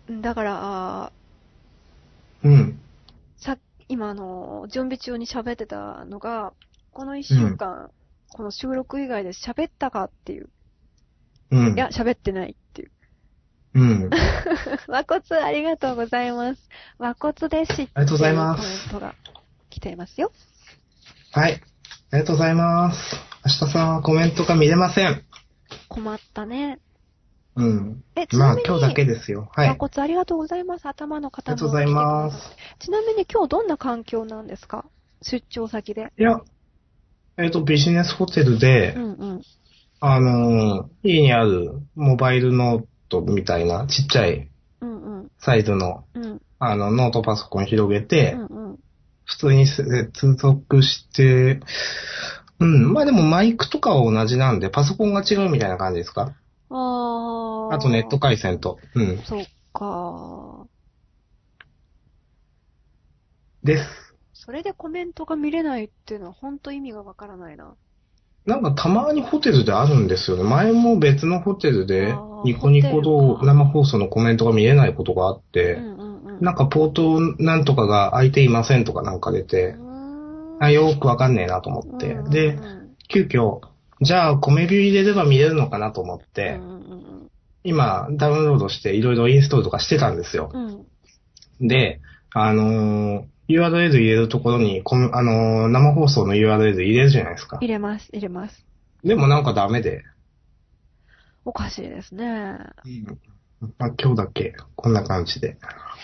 だから、 うん。 さ、今準備中に喋ってたのが、この一うん。 週間、この収録以外で喋ったかっていう。いや、 うん。 喋ってないっていう。 うん。 和骨ありがとうございます。和骨ですしっありがとうございていうコメンます。 トが来ていますよ。 はい。ありがとうございます。明日さんはコメントが見れません。 困ったね。 うん。 ちなまあ、 みに、 今日だけですよ。はい。あり和骨ありがとうございます。頭の方もがとうござい来てくだます。 さって。ちなみに今日どんな環境なんですか？出張先で。 いや、ビジネスホテルで、 うんうん。 家にあるモバイルノートみたいなちっちゃいうんうん。 サイズの、 うん。 ノートパソコン広げて、 うんうん。 普通に接続して、うん。まあでもマイクとかは同じなんで、パソコンが違うみたいな感じですか？ ああとネットー、 回線と。うん。 そっか。 です。 それでコメントが見れないっていうのは本当意味がわからないな。 なんかたまにホテルであるんですよね。前も別のホテルでニコホテニコルか。 生放送のコメントが見れないことがあって、 うんうんうん。 なんかポートなんとかが空いていませんとかなんか出うーて、 ん。 よーくわかんねえなと思っうて。 んうんで、 うん。 急遽、じゃあコメビュー入れれば見れるのかなと思っうんて、 うん今ダウンロードしていろいろインストールとかしてたんですよ。 うん。うん。 で、URL 入れるところに生放送の URL 入れるじゃないですか。 入れます、入れます。 でもなんかダメで、 おかしいですね。 うん。まあ、今日だけ、こんな感じで。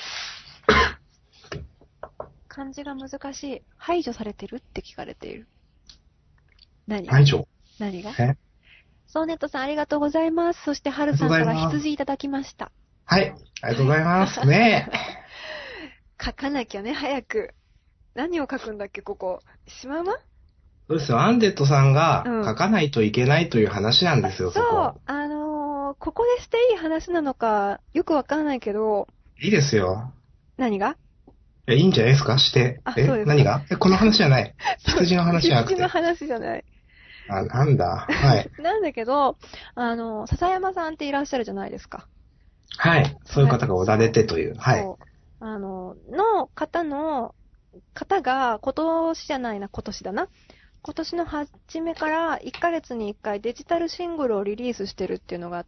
漢字が難しい。排除されてるって聞かれている。何が？ 排除。 何が？ あソーネットさんありがとうございます。そしてはるりがとうございさんからます。 羊いただきました。 はい。ありがとうございます。 はい。 ねえ。 書かなきゃね、早く。何を書くんだっけ、ここ。シマウマ？ そうですよ。アンデットさんが書うん。 かないといけないという話なんですよ、 そう、 そこ。 ここでしていい話なのか、よくわかんないけど、 いいですよ。 何が？ いいんじゃないですかして。 あ、そうですか。 何がこの話じゃない。 そう、 羊の話じゃなく羊のて。 話じゃない。 あ、なんだ。はい。 なんだけど、笹山さんっていらっしゃるじゃないですか。 はい。そういう方がおられそてという。 う、 はい。 そう。方が、今年じゃないな、今年だな。今年の初めから1ヶ月に1回デジタルシングルをリリースしてるっていうのがあって、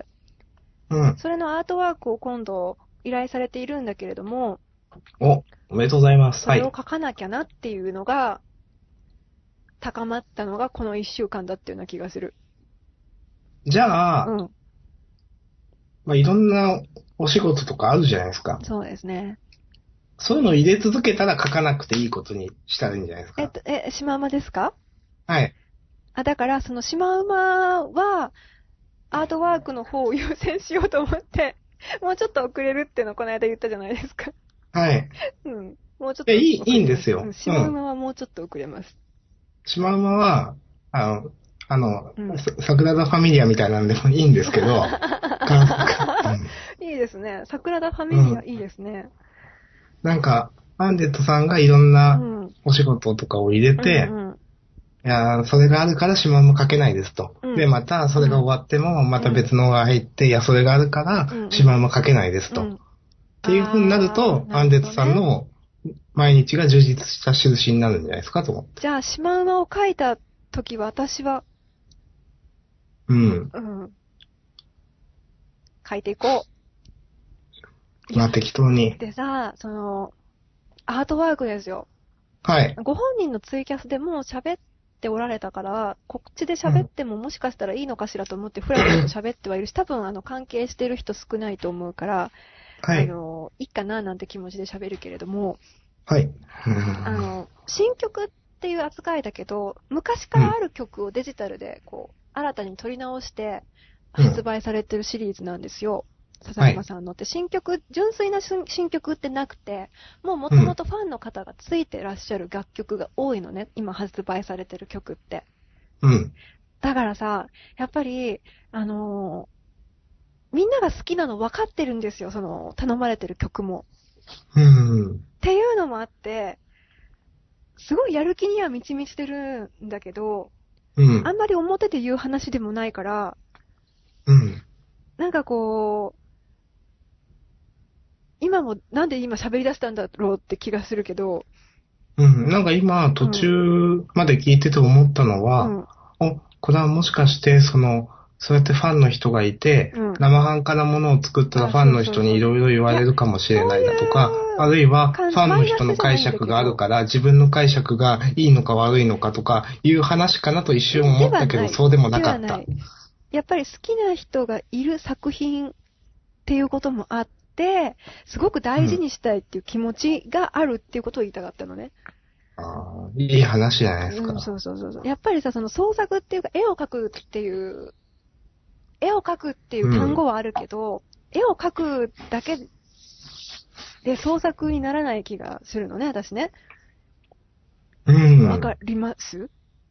うん。 それのアートワークを今度依頼されているんだけれども、 おめでとうございます。 それをはい。 書かなきゃなっていうのが高まったのがこの1週間だっていうような気がする。 じゃあ、 うん。 まあ、いろんなお仕事とかあるじゃないですか。 そうですね。 そういうのを入れ続けたら書かなくていいことにしたらいいんじゃないですか。 シマウマですか？ はい。 あ、だから、そのシマウマは、アートワークの方を優先しようと思って、もうちょっと遅れるっていうのをこの間言ったじゃないですか。 はい。 うん。もうちょっといいん遅れます。うん。 ですよ。 シマウうん。 マはもうちょっと遅れます。 シマウマは、あの、 うん。 桜田ファミリアみたいなんでもいいんですけど、 いいですね。桜田ファうん。 ミリア、いいですね。 なんか、アンデットさんがいろんなうん。うんお仕事とかを入れうて、 ん。 いや、それがあるからシマウマ書けないですと。で、 うん。 また、それがうん。 終わっても、まうん。 た別のが入って、いや、それがあるかうん。 ら、シうん。 マウマ書けないですと。っうん。 ていう風になると、 なるアンデットほどね。 さんの毎日が充実した印になるんじゃないですかと思って。 じゃあ、シマウマを描いた時私は、 うん。 うん、描いていこう。いや、 まあ適当に。 でさ、アートワークですよ。 はい。 ご本人のツイキャスでも喋っておられたから、こっちでうん。 喋ってももしかしたらいいのかしらと思ってふらふらと喋ってはいるし、多分関係してる人少ないと思うから、 はい。 いいかななんて気持ちで喋るけれども、 はい。 新曲っていう扱いだけど、昔かうん。 らある曲をデジタルでこう、新たに撮り直してうん。 発売されてるシリーズなんですよ。笹はい。 山さんのって新曲、純粋な新曲ってなくて、もう元々 うん。 ファンの方がついてらっしゃる楽曲が多いのね。今発売されてる曲って。 うん。 だからさ、やっぱり、みんなが好きなの分かってるんですよ。頼まれてる曲も。 うん。 っていうのもあって、すごいやる気には満ち満ちてるんだけど、 うん。 あんまり表で言う話でもないから、 うん。 なんかこ今もなんで今喋り出したんだろうって気がするけど。 うん。なんか今、途中まで聞いてて思ったのは、これはもしかして、そうやってファンの人がいて、生半可なものを作ったらファンの人にいろいろ言われるかもしれないだとか、あるいはファンの人の解釈があるから自分の解釈がいいのか悪いのかとかいう話かなと一瞬思ったけど、そうでもなかった。 やっぱり好きな人がいる作品っていうこともあって、すごく大事にしたいっていう気持ちがあるっていうことを言いたかったのね。 いい話じゃないですか。 そう。やっぱりさ、その創作っていうか、絵を描くっていう単語はあるけど、絵を描くだけで創作にならない気がするのね、私ね。わかります？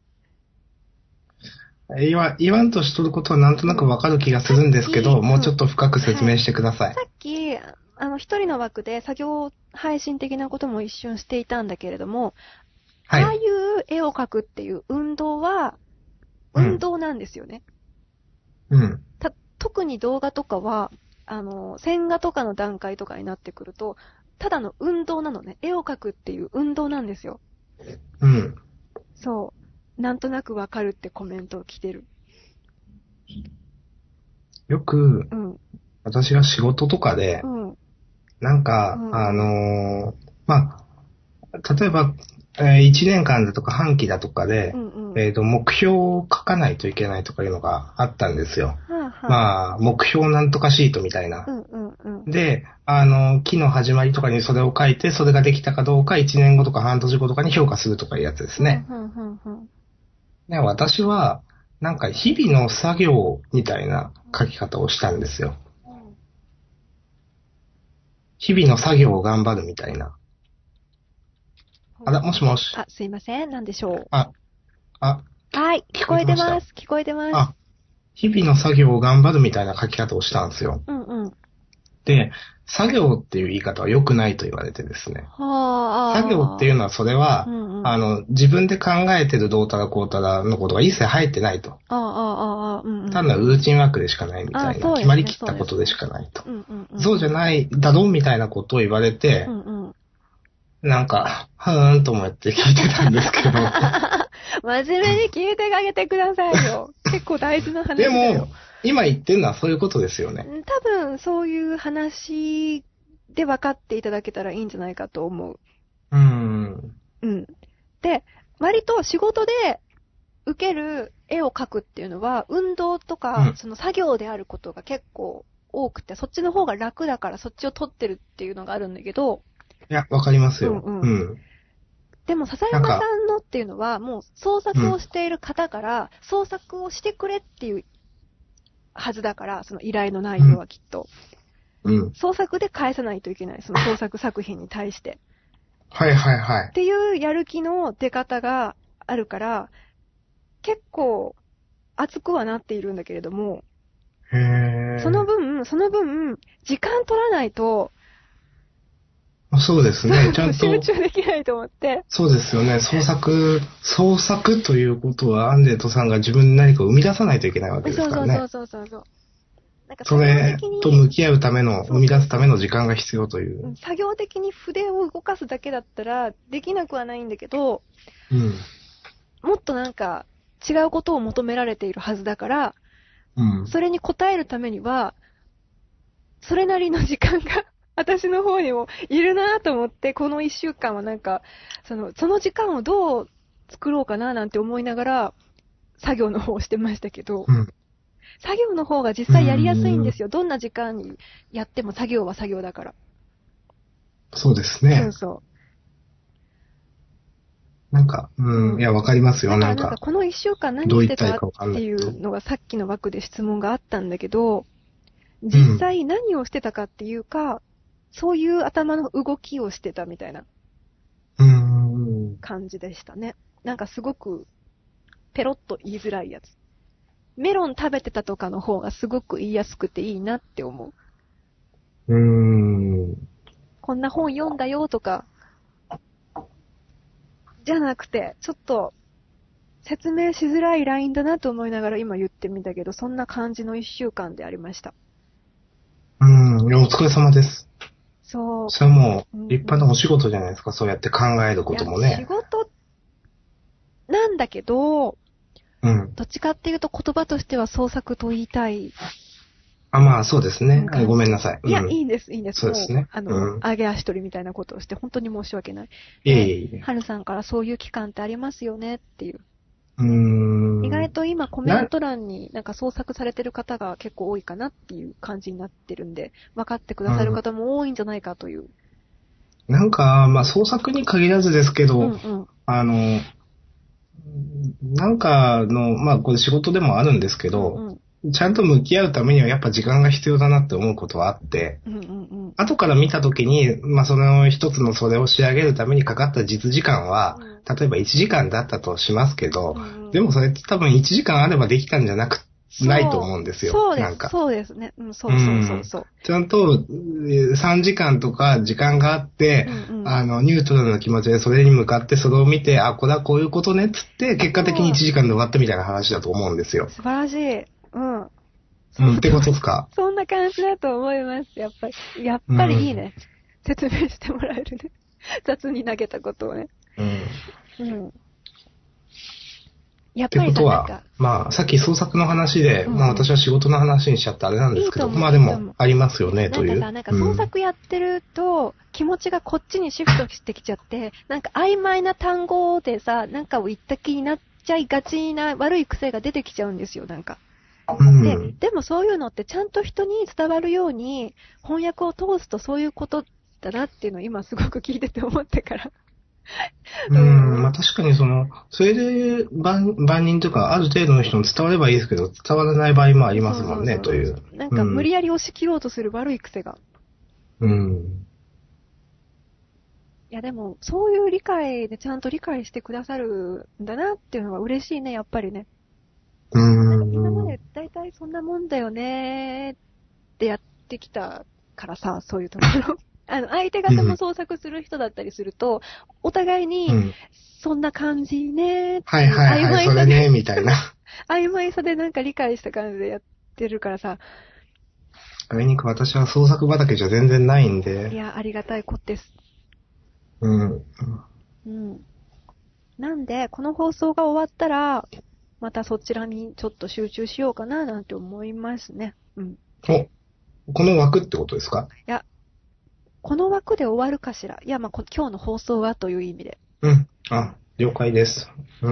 言わんとしとることはなんとなくわかる気がするんですけど、もうちょっと深く説明してください。 さっき、一人の枠で作業配信的なことも一瞬していたんだけれども、ああいう絵を描くっていう運動は、運動なんですよね。特に動画とかは、線画とかの段階とかになってくると、ただの運動なのね。絵を描くっていう運動なんですよ。そう。なんとなくわかるってコメントを来てる。 よく、私が仕事とかで、なんか、例えば、1年間だとか半期だとかで、目標を書かないといけないとかいうのがあったんですよ。目標なんとかシートみたいな。で、期の始まりとかにそれを書いて、それができたかどうか1年後とか半年後とかに評価するとかいうやつですね。で、私は、なんか日々の作業みたいな書き方をしたんですよ。日々の作業を頑張るみたいな。もしもし。 すいません。なんでしょう。 はい。 聞こえてます。聞こえてます。 日々の作業を頑張るみたいな書き方をしたんですよ。で、作業っていう言い方は良くないと言われてですね。作業っていうのはそれは、自分で考えてるどうたらこうたらのことが一切入ってないと。単なるルーチンワークでしかないみたいな。決まりきったことでしかないと。そうじゃないだろうみたいなことを言われて、なんか、と思って聞いてたんですけど。 真面目に聞いてあげてくださいよ。結構大事な話だよ。 でも、今言ってるのはそういうことですよね。 多分、そういう話で分かっていただけたらいいんじゃないかと思う。で、割と仕事で受ける絵を描くっていうのは、運動とか、その作業であることが結構多くて、そっちの方が楽だからそっちを取ってるっていうのがあるんだけど、 いや、わかりますよ。 でも、笹山さんのっていうのは、もう創作をしている方から、創作をしてくれっていうはずだから、その依頼の内容はきっと。創作で返さないといけない、その創作作品に対して。っていうやる気の出方があるから、結構熱くはなっているんだけれども、その分、時間取らないと、 そうですね。ちゃんと。 集中できないと思って。 そうですよね。創作ということは、アンデートさんが自分で何か生み出さないといけないわけですからね。 そう。 それと向き合うための、生み出すための時間が必要という。 作業的に筆を動かすだけだったら、できなくはないんだけど、もっとなんか、違うことを求められているはずだから、それに応えるためには、それなりの時間が、私の方にもいるなと思って、この一週間はなんか、その時間をどう作ろうかななんて思いながら、作業の方をしてましたけど、作業の方が実際やりやすいんですよ。どんな時間にやっても作業は作業だから。 そうですね。なんか、いや、わかりますよ。なんか、 この一週間何してたっていうのがさっきの枠で質問があったんだけど、実際何をしてたかっていうか、そういう頭の動きをしてたみたいな感じでしたね。なんかすごくペロッと言いづらいやつ。メロン食べてたとかの方がすごく言いやすくていいなって思う。こんな本読んだよとか、じゃなくて、ちょっと説明しづらいラインだなと思いながら今言ってみたけど、そんな感じの一週間でありました。 お疲れ様です。 そう。 それはもう、立派なお仕事じゃないですか、そうやって考えることもね。 仕事なんだけど、 うん。 どっちかっていうと言葉としては創作と言いたい。 まあ、そうですね。ごめんなさい。 いや、いいんです、いいんです。 そうですね。 揚げ足取りみたいなことをして、本当に申し訳ない。はるさんからそういう期間ってありますよねっていう。意外と今コメント欄になんか創作されてる方が結構多いかなっていう感じになってるんで、分かってくださる方も多いんじゃないかという。 なんか、まあ創作に限らずですけど、なんかの、まあこれ仕事でもあるんですけど、ちゃんと向き合うためにはやっぱ時間が必要だなって思うことはあって、後から見たときに、まあその一つのそれを仕上げるためにかかった実時間は、例えば1時間だったとしますけど、でもそれって多分1時間あればできたんじゃないと思うんですよ。 そうです。 なんかそうですね。そう。 ちゃんと3時間とか時間があって、ニュートラルな気持ちでそれに向かってそれを見て、これはこういうことねっつって、結果的に1時間で終わったみたいな話だと思うんですよ。 素晴らしい。 ってことですか？ そんな感じだと思います。やっぱりいいね。説明してもらえるね。雑に投げたことをね。やっぱりってことは、まあ、さっき創作の話で、まあ私は仕事の話にしちゃってあれなんですけど、まあでも、ありますよね、という。 なんか創作やってると、気持ちがこっちにシフトしてきちゃって、なんか曖昧な単語でさ、なんかを言った気になっちゃいがちな悪い癖が出てきちゃうんですよ、なんか。でもそういうのってちゃんと人に伝わるように、翻訳を通すとそういうことだなっていうのを今すごく聞いてて思ってから。 まあ確かにそれで万人というか、ある程度の人に伝わればいいですけど、伝わらない場合もありますもんね、という。 なんか無理やり押し切ろうとする悪い癖が。いやでも、そういう理解でちゃんと理解してくださるんだなっていうのは嬉しいね、やっぱりね。今まで大体そんなもんだよねってやってきたからさ、そういうところ。相手方も創作する人だったりすると、お互いに、そんな感じね、 はいはいはい、それね、みたいな。 曖昧さでなんか理解した感じでやってるからさ。 あいにく私は創作畑じゃ全然ないんで。 いや、ありがたいことです。なんで、この放送が終わったら、またそちらにちょっと集中しようかななんて思いますね。 この枠ってことですか？ いや、この枠で終わるかしら。いや、まあ、今日の放送はという意味で。 了解です。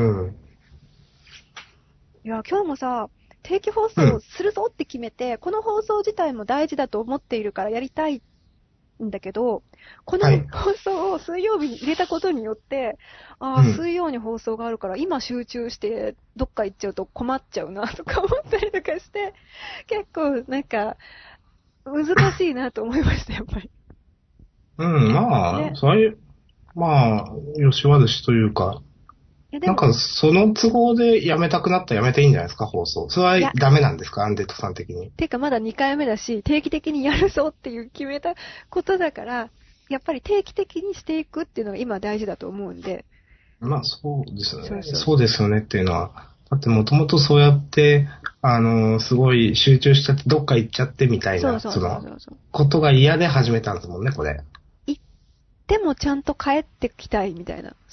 いや、今日もさ、定期放送するぞって決めて、この放送自体も大事だと思っているからやりたいんだけど、この放送を水曜日に入れたことによって、水曜に放送があるから今集中してどっか行っちゃうと困っちゃうなとか思ったりとかして、結構なんか難しいなと思いました、やっぱり。 まあ、そういう、まあ、よし悪しというか、なんかその都合でやめたくなったらやめていいんじゃないですか、放送。それはダメなんですか、アンデッドさん的に。 てかまだ2回目だし、定期的にやるぞっていう決めたことだから、やっぱり定期的にしていくっていうのが今大事だと思うんで。 まあそうですよね。そうですよねっていうのは。だってもともとそうやって、すごい集中しちゃってどっか行っちゃってみたいな、ことが嫌で始めたんですもんね、これ。 行ってもちゃんと帰ってきたいみたいな、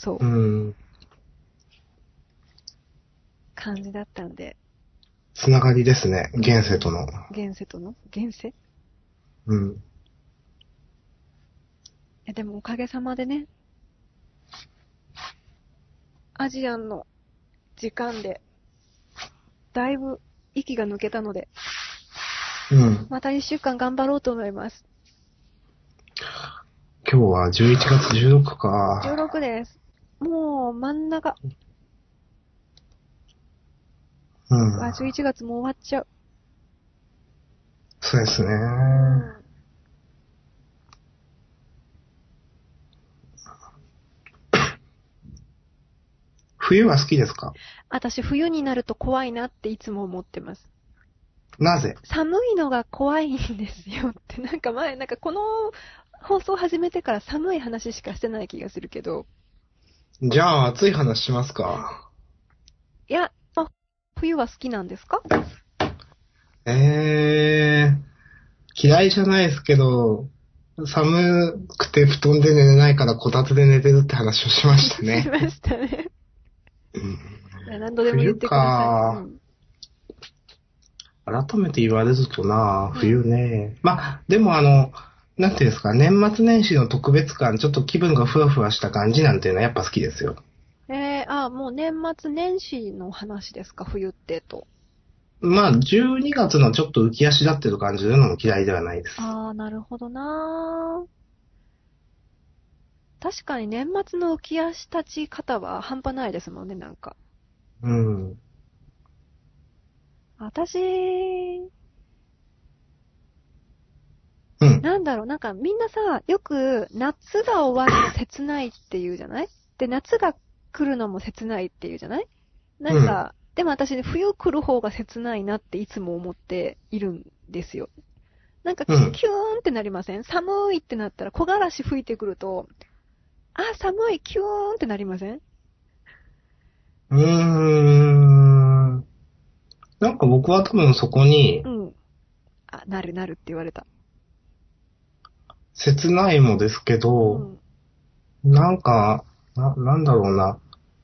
感じだったんで。 つながりですね、現世との。 現世との現世？でもおかげさまでね、アジアンの時間で、だいぶ息が抜けたので、また1週間頑張ろうと思います。 今日は11月16か。 16です。もう真ん中。11月も終わっちゃう。 そうですね。冬は好きですか？ 私、冬になると怖いなっていつも思ってます。 なぜ？ 寒いのが怖いんですよって。なんか前、この放送始めてから寒い話しかしてない気がするけど。 じゃあ、暑い話しますか？ いや、冬は好きなんですか？ 嫌いじゃないですけど、 寒くて布団で寝れないからこたつで寝てるって話をしましたね。 しましたね。何度でも言ってください。 改めて言われるとな、冬ね。まあ、でもなんていうんですか、年末年始の特別感、ちょっと気分がふわふわした感じなんていうのはやっぱ好きですよ。 もう年末年始の話ですか、冬ってと。 まあ、12月のちょっと浮き足立ってる感じでいうのも嫌いではないです。 なるほどな。確かに年末の浮き足立ち方は半端ないですもんね、なんか。 うん。 私、なんだろう、なんかみんなさ、よく夏が終わると切ないって言うじゃない？で、夏が来るのも切ないって言うじゃない？なんか、でも私、冬来る方が切ないなっていつも思っているんですよ。なんかキューンってなりません？寒いってなったら木枯らし吹いてくると、寒い、キューンってなりません？ なんか僕は多分そこに、 なるって言われた。 切ないもですけど、なんか、なんだろうな。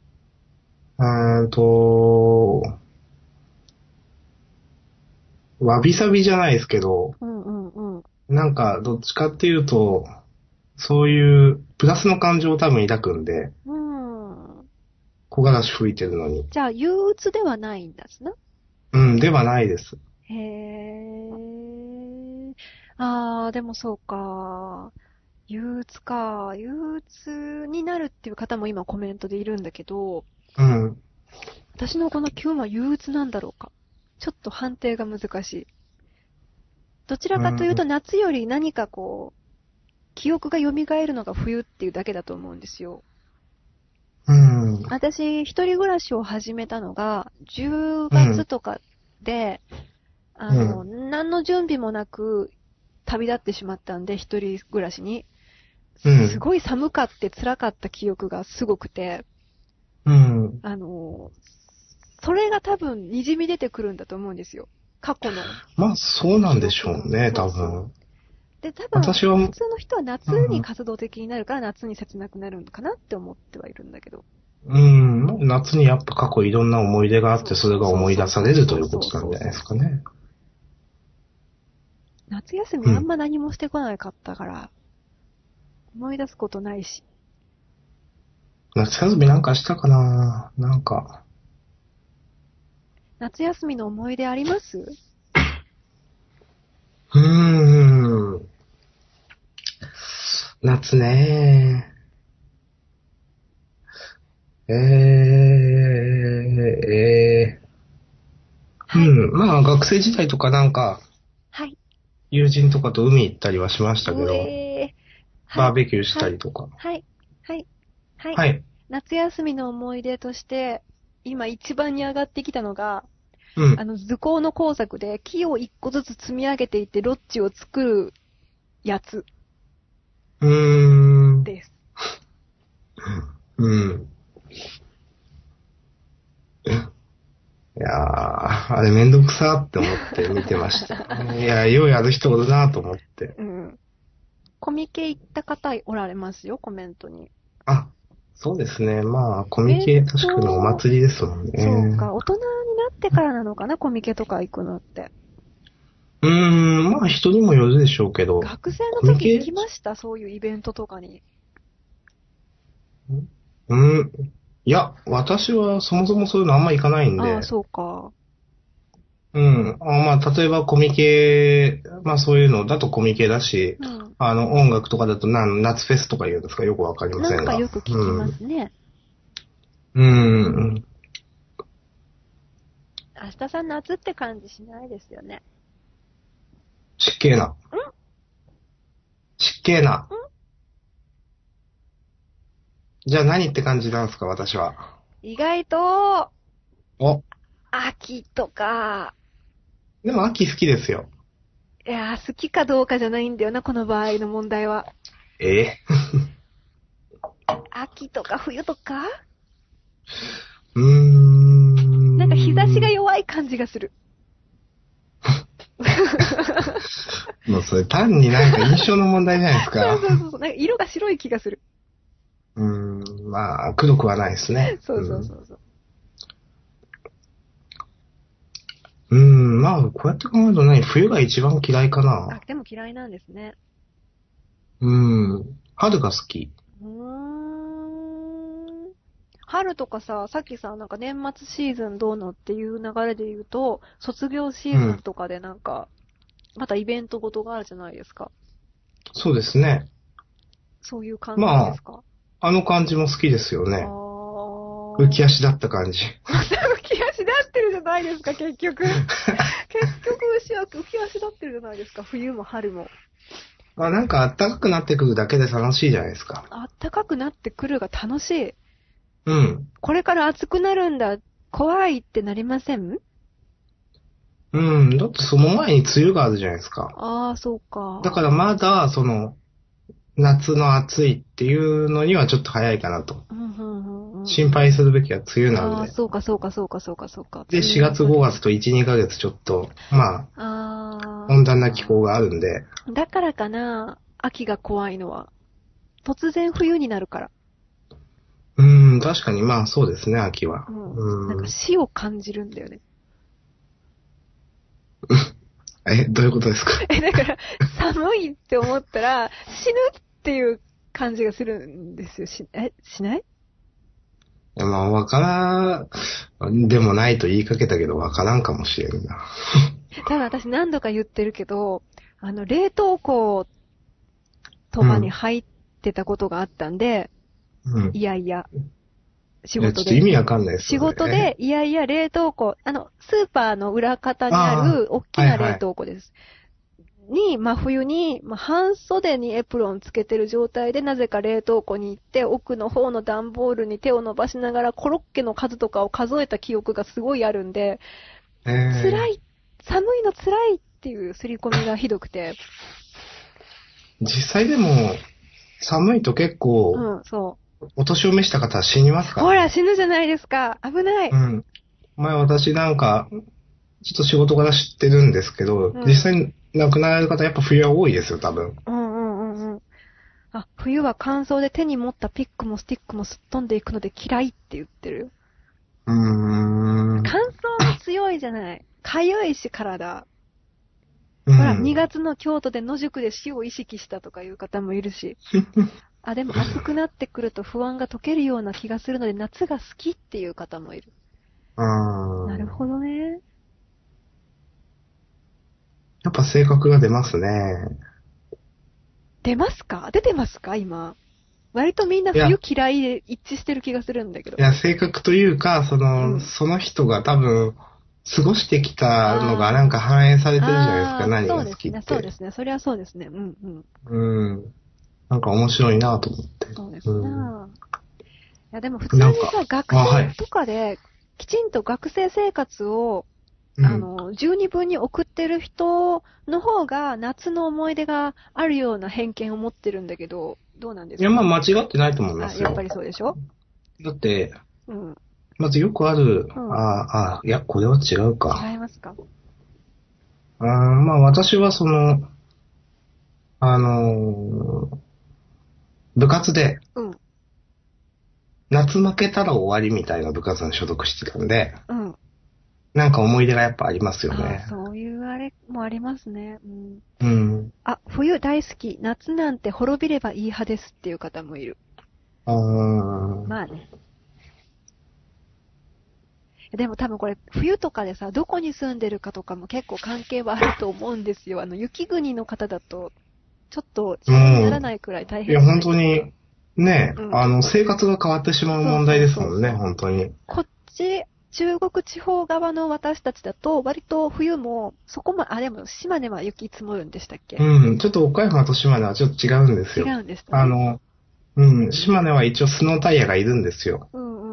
わびさびじゃないですけど、なんかどっちかっていうと、そういうプラスの感情を多分抱くんで、木枯らし吹いてるのに。 じゃあ憂鬱ではないんですな。 ではないです。 へでもそうか。憂鬱か。憂鬱になるっていう方も今コメントでいるんだけど、私のこのキュンは憂鬱なんだろうか。ちょっと判定が難しい。どちらかというと夏より何か記憶が蘇るのが冬っていうだけだと思うんですよ。私、一人暮らしを始めたのが、10月とかで、何の準備もなく旅立ってしまったんで、一人暮らしに。すごい寒かって辛かった記憶がすごくて、それが多分滲み出てくるんだと思うんですよ。過去の。 まあ、そうなんでしょうね、多分。 で、多分、普通の人は夏に活動的になるから夏に切なくなるのかなって思ってはいるんだけど。 夏にやっぱ過去いろんな思い出があって、それが思い出されるということなんじゃないですかね。 夏休みあんま何もしてこなかったから、思い出すことないし。 夏休みなんかしたかな？なんか。 夏休みの思い出あります？ 夏ねまあ学生時代とかなんか、友人とかと海行ったりはしましたけど、バーベキューしたりとか。 はい。夏休みの思い出として、今一番に上がってきたのが、図工の工作で木を一個ずつ積み上げていってロッジを作るやつ。です。 いやー、あれめんどくさって思って見てました。いや、ようやる人おるなと思って。 コミケ行った方おられますよ、コメントに。 そうですね。まあ、コミケ確かにお祭りですもんね。 そうか、大人になってからなのかな、コミケとか行くのって。 まあ人にもよるでしょうけど。 学生の時行きました？そういうイベントとかに。 いや、私はそもそもそういうのあんま行かないんで。 そうか。 まあ、例えばコミケ、まあそういうのだとコミケだし、音楽とかだと夏フェスとか言うんですかよくわかりませんが。 なんかよく聞きますね。 明日さん夏って感じしないですよね。 湿気な。湿気な。じゃあ何って感じなんですか、私は。 意外と、秋とか。 でも秋好きですよ。 いやー、好きかどうかじゃないんだよな、この場合の問題は。秋とか冬とか？なんか日差しが弱い感じがする。 もうそれ単になんか印象の問題じゃないですか。 そう。なんか色が白い気がする。 まあ、くどくはないですね。 そう。 まあ、こうやって考えると冬が一番嫌いかな。 あ、でも嫌いなんですね。 春が好き。 春とかさ、さっきさ、なんか年末シーズンどうのっていう流れで言うと、卒業シーズンとかでなんか、またイベントごとがあるじゃないですか。 そうですね。 そういう感じですか？ まあ、あの感じも好きですよね。浮き足立った感じ。 浮き足立ってるじゃないですか、結局。結局浮き足立ってるじゃないですか、冬も春も。 なんか暖かくなってくるだけで楽しいじゃないですか。 暖かくなってくるが楽しい。 これから暑くなるんだ、怖いってなりません？ だってその前に梅雨があるじゃないですか。 ああ、そうか。 だからまだ、夏の暑いっていうのにはちょっと早いかなと。心配するべきは梅雨なんで。 ああ、そうか。 で、4月5月と1、2ヶ月ちょっと、まあ、温暖な気候があるんで。 だからかな、秋が怖いのは。突然冬になるから。 確かにまあそうですね、秋は。 なんか死を感じるんだよね。 どういうことですか？ だから、寒いって思ったら、死ぬっていう感じがするんですよ。しない？ まあ、わからん、でもないと言いかけたけど、わからんかもしれんな。 ただ私何度か言ってるけど、冷凍庫とかに入ってたことがあったんで、いやいや、仕事で。 ちょっと意味わかんないですね。仕事で、いやいや、冷凍庫、スーパーの裏方にある、大きな冷凍庫です。に、真冬に、半袖にエプロンつけてる状態で、なぜか冷凍庫に行って、奥の方の段ボールに手を伸ばしながら、コロッケの数とかを数えた記憶がすごいあるんで、辛い、寒いの辛いっていう刷り込みがひどくて。 実際でも、寒いと結構、お年を召した方は死にますから、 ほら、死ぬじゃないですか。危ない。 前私なんか、ちょっと仕事から知ってるんですけど、実際に亡くなられる方やっぱ冬は多いですよ、多分。 冬は乾燥で手に持ったピックもスティックもすっ飛んでいくので嫌いって言ってる。乾燥も強いじゃない。かゆいし、体。ほら、2月の京都で野宿で死を意識したとかいう方もいるし。でも暑くなってくると不安が解けるような気がするので夏が好きっていう方もいる。なるほどね。 やっぱ性格が出ますね。 出ますか？出てますか今。割とみんな冬嫌いで一致してる気がするんだけど。 いや、性格というか、その人が多分、過ごしてきたのがなんか反映されてるじゃないですか、何が好きって。 そうですね。それはそうですね。 なんか面白いなと思って。 そうですな。いや、でも普通にさ、学生とかで、きちんと学生生活を、十二分に送ってる人の方が夏の思い出があるような偏見を持ってるんだけど、どうなんですか？ いや、まあ間違ってないと思いますよ。 やっぱりそうでしょ？ だって、まずよくある、いや、これは違うか。 違いますか？ まあ私は部活で、夏負けたら終わりみたいな部活に所属してたんで、なんか思い出がやっぱありますよね。 そういうあれもありますね。冬大好き。夏なんて滅びればいい派ですっていう方もいる。まあね。でも多分これ、冬とかでさ、どこに住んでるかとかも結構関係はあると思うんですよ。雪国の方だと、ちょっと、自分にならないくらい大変。 いや、本当に、ね、生活が変わってしまう問題ですもんね、本当に。 こっち、中国地方側の私たちだと、割と冬も、そこま、でも島根は雪積もるんでしたっけ？ ちょっと岡山と島根はちょっと違うんですよ。 違うんですね。 島根は一応スノータイヤがいるんですよ。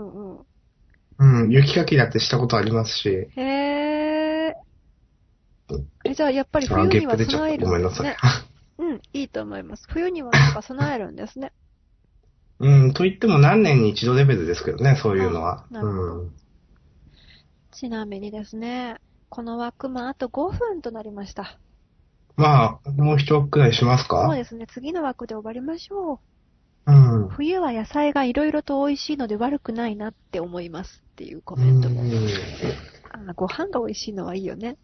雪かきだってしたことありますし。 へー。じゃあやっぱり冬には備えるんですね。 ごめんなさい。 いいと思います。冬にはなんか備えるんですね。 と言っても何年に一度レベルですけどね、そういうのは。 なるほど。ちなみにですね、 この枠もあと5分となりました。 まあ、もう一枠くらいしますか？ そうですね。次の枠で終わりましょう。うん。 冬は野菜がいろいろと美味しいので悪くないなって思いますっていうコメントも。ご飯が美味しいのはいいよね。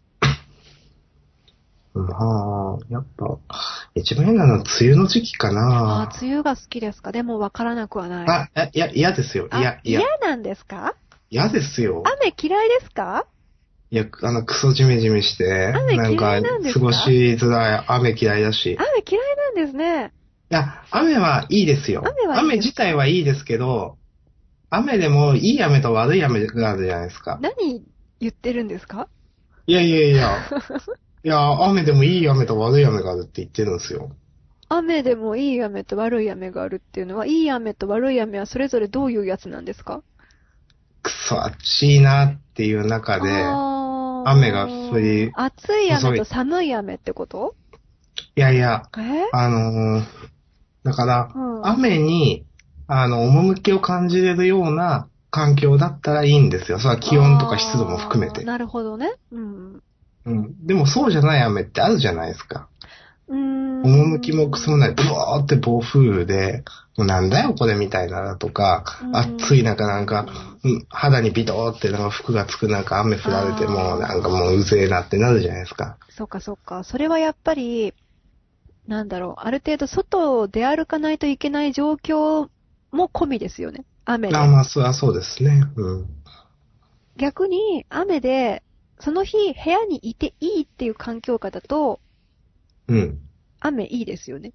まあ、やっぱ、一番嫌なのは梅雨の時期かな。 梅雨が好きですか？でも分からなくはない。 嫌ですよ。 嫌なんですか？ 嫌ですよ。 雨嫌いですか？ いや、クソジメジメして、 雨嫌いなんですか？ 過ごしづらい、雨嫌いだし。 雨嫌いなんですね。 いや、雨はいいですよ。雨自体はいいですけど、雨でもいい雨と悪い雨があるじゃないですか。 何言ってるんですか？ いや。いや、雨でもいい雨と悪い雨があるって言ってるんですよ。 雨でもいい雨と悪い雨があるっていうのは、いい雨と悪い雨はそれぞれどういうやつなんですか？ くそ暑いなっていう中で、雨が降り、 暑い雨と寒い雨ってこと？ いや、だから、雨に、趣を感じれるような環境だったらいいんですよ。それは気温とか湿度も含めて。 なるほどね。 でもそうじゃない雨ってあるじゃないですか。趣もくそもない、ブワーって暴風雨で、もうなんだよこれみたいなとか、暑い中なんか、肌にビトーってなんか服がつく中雨降られてもなんかもううぜえなってなるじゃないですか。 そうかそうか。それはやっぱり、なんだろう、ある程度外を出歩かないといけない状況も込みですよね。雨で。 まあそうですね。 逆に雨で、その日部屋にいていいっていう環境下だと、雨いいですよね。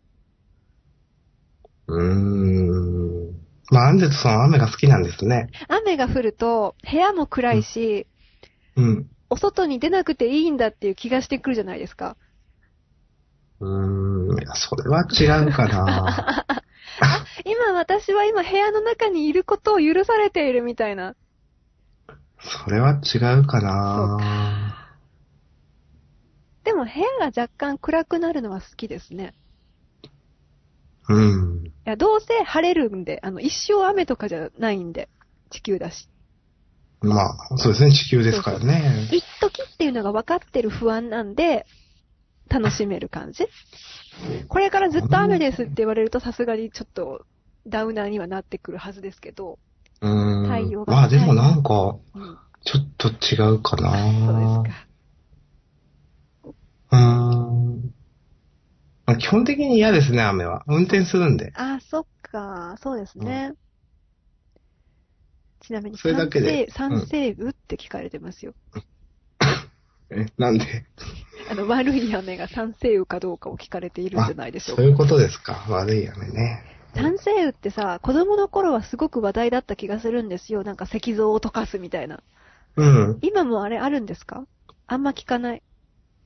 まあ、アンデットさんは雨が好きなんですね。 雨が降ると、部屋も暗いし、お外に出なくていいんだっていう気がしてくるじゃないですか。 いや、それは違うかな。 私は今部屋の中にいることを許されているみたいな。 それは違うかな。そうか。 でも部屋が若干暗くなるのは好きですね。 いや、どうせ晴れるんで、一生雨とかじゃないんで、地球だし。 まあ、そうですね、地球ですからね。 一時っていうのが分かってる不安なんで、楽しめる感じ。これからずっと雨ですって言われるとさすがにちょっとダウナーにはなってくるはずですけど。太陽が。 まあでもなんか、ちょっと違うかな。 そうですか。 基本的に嫌ですね、雨は。運転するんで。 そっか、そうですね。ちなみに、 それだけで賛成雨って聞かれてますよ。 なんで悪い雨が賛成雨かどうかを聞かれているんじゃないでしょうか。 そういうことですか。悪い雨ね。 賛成雨ってさ、子供の頃はすごく話題だった気がするんですよ。なんか石像を溶かすみたいな。今もあれあるんですか？あんま聞かない。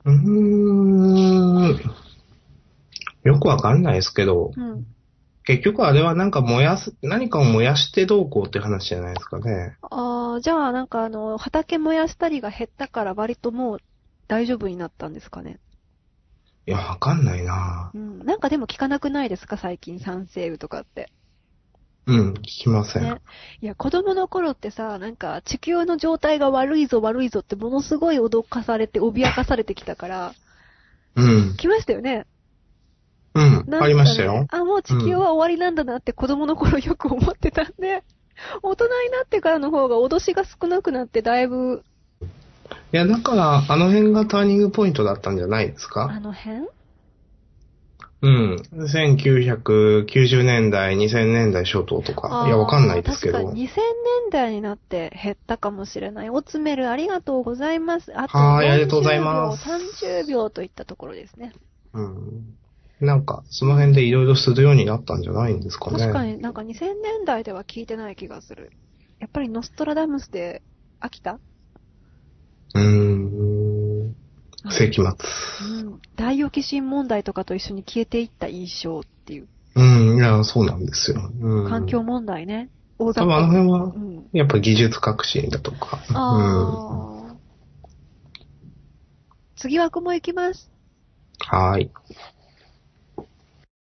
よくわかんないですけど、結局あれはなんか何かを燃やしてどうこうって話じゃないですかね。 じゃあなんか畑燃やしたりが減ったから割ともう大丈夫になったんですかね。 いや、わかんないな。 なんかでも聞かなくないですか最近賛成雨とかって。 聞きません。ね、 いや、子供の頃ってさ、なんか地球の状態が悪いぞってものすごい脅かされて脅かされてきたから、来ましたよね。 ありましたよ。 もう地球は終わりなんだなって子供の頃よく思ってたんで、大人になってからの方が脅しが少なくなってだいぶ。 いや、だからあの辺がターニングポイントだったんじゃないですか？ あの辺 1990年代、2000年代初頭とか。いや、わかんないですけど。 確かに2000年代になって減ったかもしれない。オツメルありがとうございます。あとありがとうございます。 30秒といったところですね。 なんか、その辺でいろいろするようになったんじゃないんですかね。 確かになんか2000年代では聞いてない気がする。やっぱりノストラダムスで飽きた？ 世紀末。 大オキシン問題とかと一緒に消えていった印象っていう。 いや、そうなんですよ。 環境問題ね。 多分あの辺は、やっぱ技術革新だとか。 次枠も行きます。 はい。